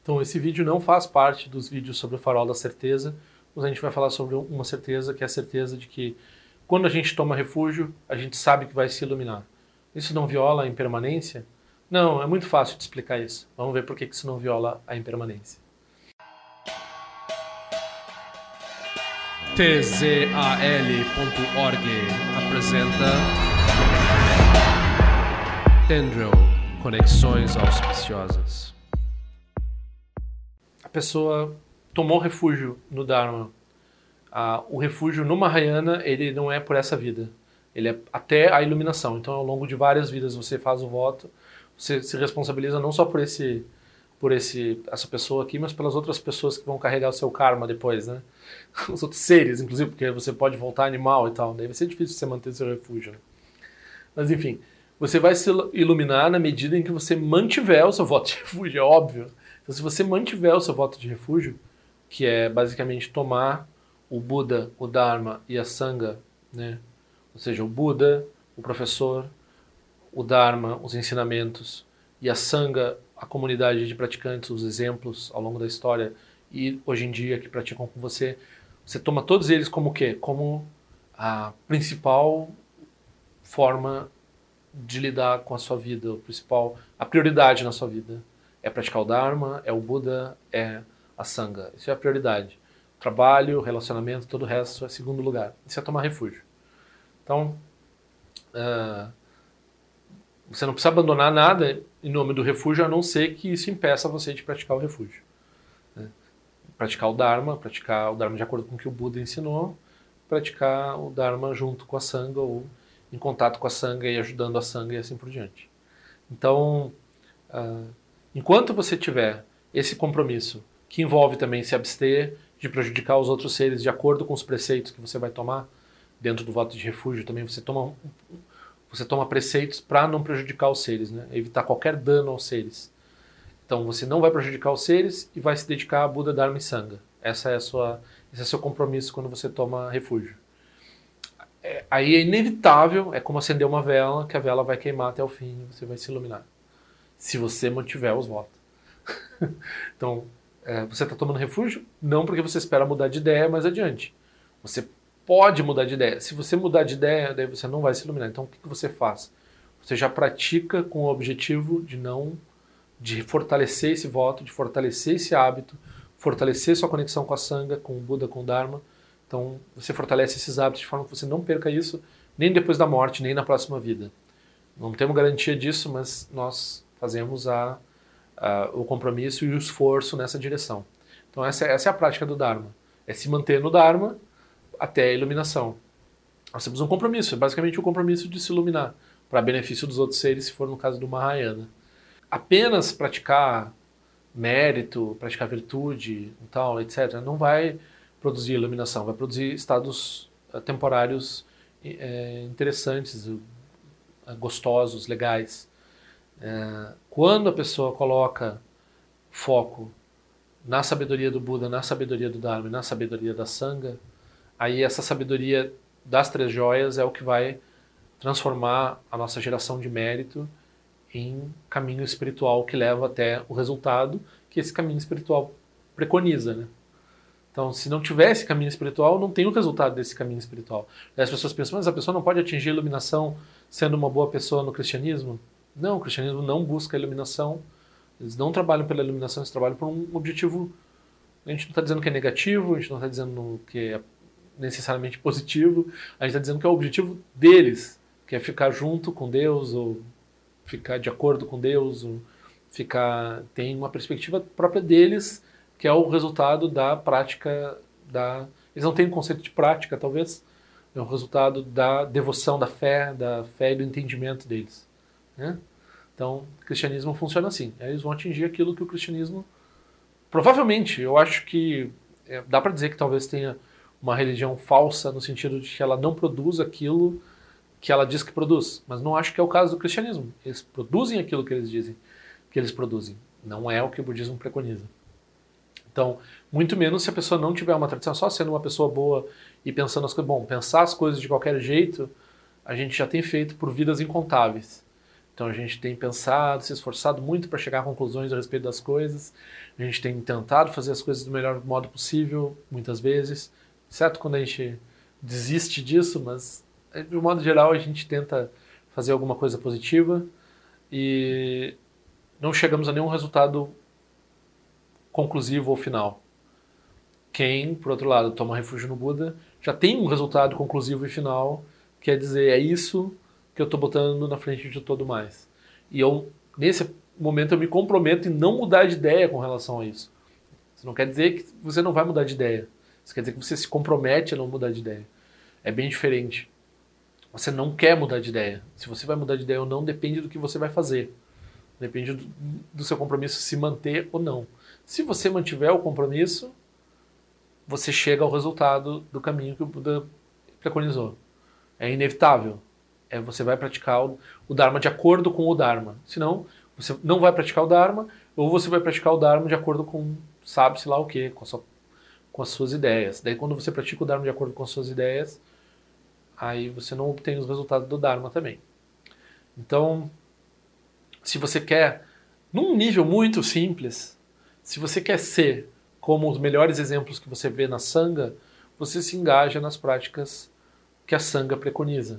Então esse vídeo não faz parte dos vídeos sobre o farol da certeza, mas a gente vai falar sobre uma certeza, que é a certeza de que quando a gente toma refúgio, a gente sabe que vai se iluminar. Isso não viola a impermanência? Não, é muito fácil de explicar isso. Vamos ver por que isso não viola a impermanência. tzal.org apresenta Tendril, Conexões Auspiciosas. A pessoa tomou refúgio no Dharma. O refúgio no Mahayana, ele não é por essa vida. Ele é até a iluminação. Então, ao longo de várias vidas, você faz o voto, você se responsabiliza não só por essa pessoa aqui, mas pelas outras pessoas que vão carregar o seu karma depois, né? Os outros seres, inclusive, porque você pode voltar animal e tal. Daí vai ser difícil você manter seu refúgio, né? Mas, enfim, você vai se iluminar na medida em que você mantiver o seu voto de refúgio, é óbvio. Então, se você mantiver o seu voto de refúgio, que é basicamente tomar o Buda, o Dharma e a Sangha, né? Ou seja, o Buda, o professor, o Dharma, os ensinamentos, e a Sangha, a comunidade de praticantes, os exemplos ao longo da história e hoje em dia que praticam com você, você toma todos eles como o quê? Como a principal forma de lidar com a sua vida, a prioridade na sua vida. É praticar o Dharma, é o Buda, é a Sangha. Isso é a prioridade. Trabalho, relacionamento, todo o resto é segundo lugar. Isso é tomar refúgio. Então, você não precisa abandonar nada em nome do refúgio, a não ser que isso impeça você de praticar o refúgio. Né? Praticar o Dharma de acordo com o que o Buda ensinou, praticar o Dharma junto com a Sangha, ou em contato com a Sangha e ajudando a Sangha e assim por diante. Então, enquanto você tiver esse compromisso, que envolve também se abster de prejudicar os outros seres de acordo com os preceitos que você vai tomar, dentro do voto de refúgio também você toma preceitos para não prejudicar os seres, né? Evitar qualquer dano aos seres. Então você não vai prejudicar os seres e vai se dedicar a Buda, Dharma e Sangha. Esse é o seu compromisso quando você toma refúgio. Aí é inevitável, é como acender uma vela, que a vela vai queimar até o fim e você vai se iluminar. Se você mantiver os votos. Então, você está tomando refúgio? Não porque você espera mudar de ideia mais adiante. Você pode mudar de ideia. Se você mudar de ideia, daí você não vai se iluminar. Então o que você faz? Você já pratica com o objetivo de fortalecer esse voto, de fortalecer esse hábito, fortalecer sua conexão com a Sangha, com o Buda, com o Dharma. Então você fortalece esses hábitos de forma que você não perca isso nem depois da morte, nem na próxima vida. Não temos garantia disso, mas nós fazemos o compromisso e o esforço nessa direção. Então essa é a prática do Dharma. É se manter no Dharma até a iluminação. Nós temos um compromisso, é basicamente o compromisso de se iluminar, para benefício dos outros seres, se for no caso do Mahayana. Apenas praticar mérito, praticar virtude, e tal, etc., não vai produzir iluminação, vai produzir estados temporários interessantes, gostosos, legais. Quando a pessoa coloca foco na sabedoria do Buda, na sabedoria do Dharma e na sabedoria da Sangha, aí essa sabedoria das três joias é o que vai transformar a nossa geração de mérito em caminho espiritual que leva até o resultado que esse caminho espiritual preconiza, né? Então, se não tiver esse caminho espiritual, não tem o resultado desse caminho espiritual. E as pessoas pensam, mas a pessoa não pode atingir a iluminação sendo uma boa pessoa no cristianismo? Não, o cristianismo não busca a iluminação. Eles não trabalham pela iluminação, eles trabalham por um objetivo. A gente não está dizendo que é negativo, a gente não está dizendo que é necessariamente positivo, a gente está dizendo que é o objetivo deles, que é ficar junto com Deus, ou ficar de acordo com Deus, ou tem uma perspectiva própria deles, que é o resultado da prática eles não têm um conceito de prática, talvez, é o resultado da devoção, da fé e do entendimento deles, né? Então, o cristianismo funciona assim, eles vão atingir aquilo que o cristianismo, provavelmente, eu acho que dá para dizer que talvez tenha uma religião falsa no sentido de que ela não produz aquilo que ela diz que produz. Mas não acho que é o caso do cristianismo. Eles produzem aquilo que eles dizem que eles produzem. Não é o que o budismo preconiza. Então, muito menos se a pessoa não tiver uma tradição, só sendo uma pessoa boa e pensando as coisas. Bom, pensar as coisas de qualquer jeito, a gente já tem feito por vidas incontáveis. Então a gente tem pensado, se esforçado muito para chegar a conclusões a respeito das coisas. A gente tem tentado fazer as coisas do melhor modo possível, muitas vezes. Certo quando a gente desiste disso, mas de um modo geral a gente tenta fazer alguma coisa positiva e não chegamos a nenhum resultado conclusivo ou final. Quem, por outro lado, toma refúgio no Buda já tem um resultado conclusivo e final, quer dizer, é isso que eu estou botando na frente de tudo mais. E eu, nesse momento, eu me comprometo em não mudar de ideia com relação a isso. Isso não quer dizer que você não vai mudar de ideia. Isso quer dizer que você se compromete a não mudar de ideia. É bem diferente. Você não quer mudar de ideia. Se você vai mudar de ideia ou não, depende do que você vai fazer. Depende do seu compromisso se manter ou não. Se você mantiver o compromisso, você chega ao resultado do caminho que o Buda preconizou. É inevitável. Você vai praticar o Dharma de acordo com o Dharma. Senão, você não vai praticar o Dharma, ou você vai praticar o Dharma de acordo com sabe-se lá o quê, com as suas ideias. Daí, quando você pratica o Dharma de acordo com as suas ideias, aí você não obtém os resultados do Dharma também. Então, se você quer, num nível muito simples, se você quer ser como os melhores exemplos que você vê na Sangha, você se engaja nas práticas que a Sangha preconiza.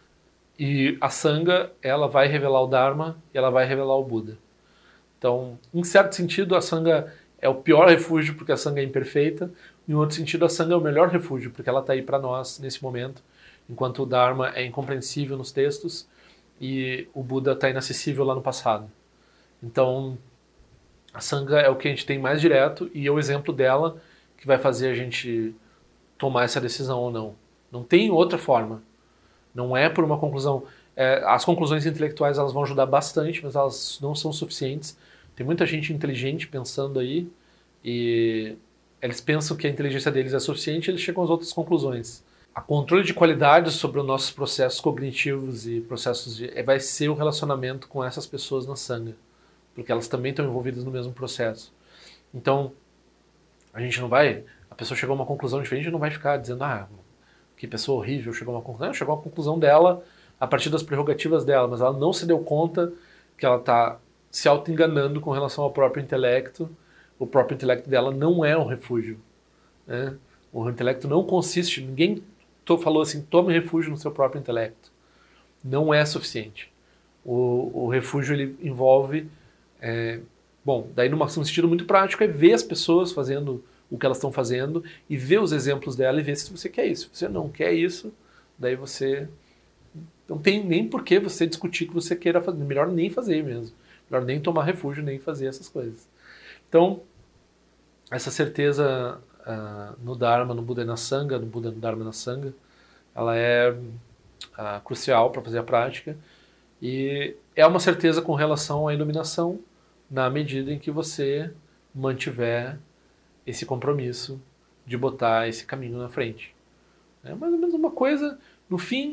E a Sangha, ela vai revelar o Dharma e ela vai revelar o Buda. Então, em certo sentido, a Sangha é o pior refúgio porque a Sangha é imperfeita. Em outro sentido, a Sangha é o melhor refúgio porque ela está aí para nós nesse momento, enquanto o Dharma é incompreensível nos textos e o Buda está inacessível lá no passado. Então, a Sangha é o que a gente tem mais direto e é o exemplo dela que vai fazer a gente tomar essa decisão ou não. Não tem outra forma. Não é por uma conclusão. As conclusões intelectuais elas vão ajudar bastante, mas elas não são suficientes. Tem muita gente inteligente pensando aí e eles pensam que a inteligência deles é suficiente e eles chegam às outras conclusões. A controle de qualidade sobre os nossos processos cognitivos e processos vai ser o relacionamento com essas pessoas na Sangha, porque elas também estão envolvidas no mesmo processo. Então, a gente não vai... A pessoa chegou a uma conclusão diferente e não vai ficar dizendo que pessoa horrível chegou a uma conclusão. Não, chegou à conclusão dela a partir das prerrogativas dela, mas ela não se deu conta que ela está se auto-enganando com relação ao próprio intelecto. O próprio intelecto dela não é um refúgio. Né? O intelecto não consiste... Ninguém falou assim, tome refúgio no seu próprio intelecto. Não é suficiente. O refúgio ele envolve... daí num sentido muito prático é ver as pessoas fazendo o que elas estão fazendo e ver os exemplos dela e ver se você quer isso. Se você não quer isso, daí você... Não tem nem por que você discutir que você queira fazer. Melhor nem fazer mesmo. Melhor nem tomar refúgio, nem fazer essas coisas. Então, essa certeza no Dharma, no Buda e na Sangha, no Buda, no Dharma e na Sangha, ela é crucial para fazer a prática e é uma certeza com relação à iluminação na medida em que você mantiver esse compromisso de botar esse caminho na frente. É mais ou menos uma coisa, no fim,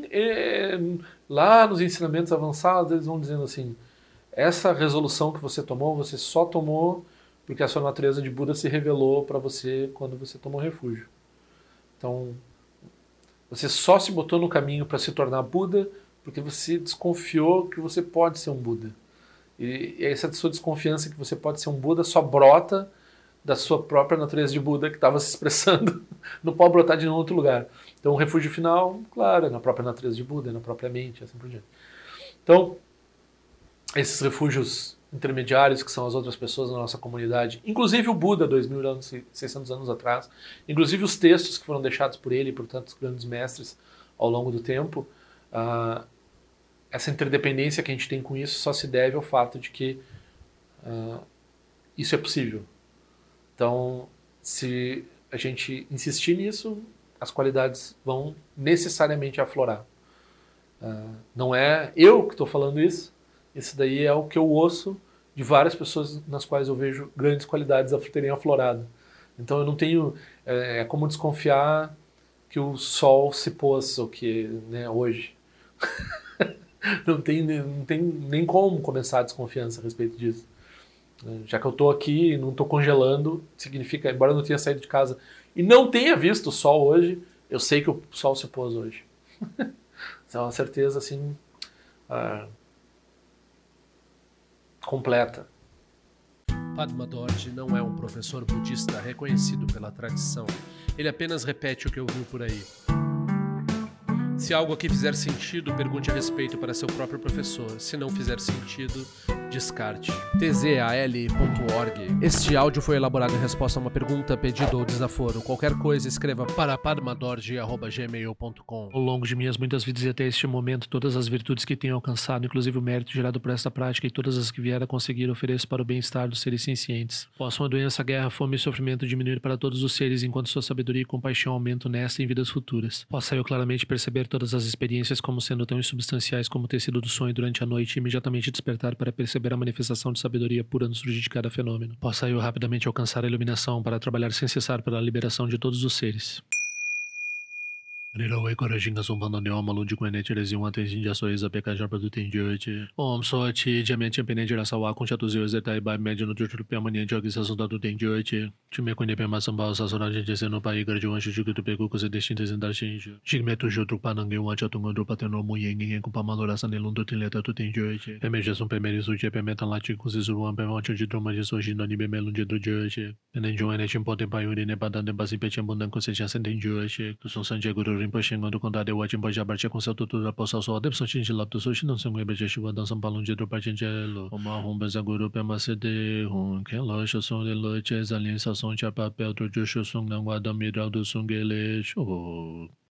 lá nos ensinamentos avançados, eles vão dizendo assim, essa resolução que você tomou, você só tomou porque a sua natureza de Buda se revelou para você quando você tomou refúgio. Então, você só se botou no caminho para se tornar Buda porque você desconfiou que você pode ser um Buda. E essa sua desconfiança que você pode ser um Buda só brota da sua própria natureza de Buda que estava se expressando. Não pode brotar de nenhum outro lugar. Então, o refúgio final, claro, é na própria natureza de Buda, é na própria mente, assim por diante. Então, esses refúgios intermediários, que são as outras pessoas da nossa comunidade, inclusive o Buda, 2.600 anos atrás, inclusive os textos que foram deixados por ele e por tantos grandes mestres ao longo do tempo, essa interdependência que a gente tem com isso só se deve ao fato de que isso é possível. Então, se a gente insistir nisso, as qualidades vão necessariamente aflorar. Não é eu que estou falando isso, esse daí é o que eu ouço de várias pessoas nas quais eu vejo grandes qualidades terem aflorado. Então eu não tenho... É como desconfiar que o sol se pôs, ou que, né, hoje. não tem nem como começar a desconfiança a respeito disso. Já que eu estou aqui e não estou congelando, significa, embora eu não tenha saído de casa e não tenha visto o sol hoje, eu sei que o sol se pôs hoje. Então é uma certeza assim... completa. Padma Dorji não é um professor budista reconhecido pela tradição. Ele apenas repete o que ouviu por aí. Se algo aqui fizer sentido, pergunte a respeito para seu próprio professor. Se não fizer sentido, descarte. tzal.org. Este áudio foi elaborado em resposta a uma pergunta, pedido ou desaforo. Qualquer coisa, escreva para padmadorji@gmail.com. Ao longo de minhas muitas vidas e até este momento, todas as virtudes que tenho alcançado, inclusive o mérito gerado por esta prática e todas as que vier a conseguir, ofereço para o bem-estar dos seres sencientes. Possam a doença, a guerra, a fome e o sofrimento diminuir para todos os seres, enquanto sua sabedoria e compaixão aumentam nesta e em vidas futuras. Possa eu claramente perceber todas as experiências como sendo tão insubstanciais como o tecido do sonho durante a noite e imediatamente despertar para perceber a manifestação de sabedoria pura no surgir de cada fenômeno. Possa eu rapidamente alcançar a iluminação para trabalhar sem cessar pela liberação de todos os seres. Om Sochi, Diamante Penente Sawa, Conchato Zio Zetai, Bai Médio no Jutru Permanente, Jogue Sassunta do Tenjote, Time Quene Pema Sambal, Sassora, Gente no Pai, Gardiwan, Chuchu, tu pegou coisa distintas em Dashinjo. Chigmeto Jutru Panangue, Wachatungo, do Pateno Muyen, com Pamalora Sanelun do Tileta do Tenjote, Pemejason Pemeri Suji, Pemetan Lati, com Zisuan, Pemonte de Droma de Soji, no Nibemelun de Jote, Penenjo, Enetim Potem Paiuri, Nebadan, Basi Pechambundan, com Seja Sentenjote, tu Son Sanjego, Rinpoche, do Condado, Wachimbo, Jabarche, com seu tutor da Poça, só Adepson, Chinchilapto, Sushi, não se mueve, Jeshuva, dançam balão de Drupachinchelo, Oma Humba, Guru, Pemacede, Ken Locha, Son de Loche, Alien, Sasson, Chapapel, Trojo, Sung, Nanguada, Midral do Sungele, Show.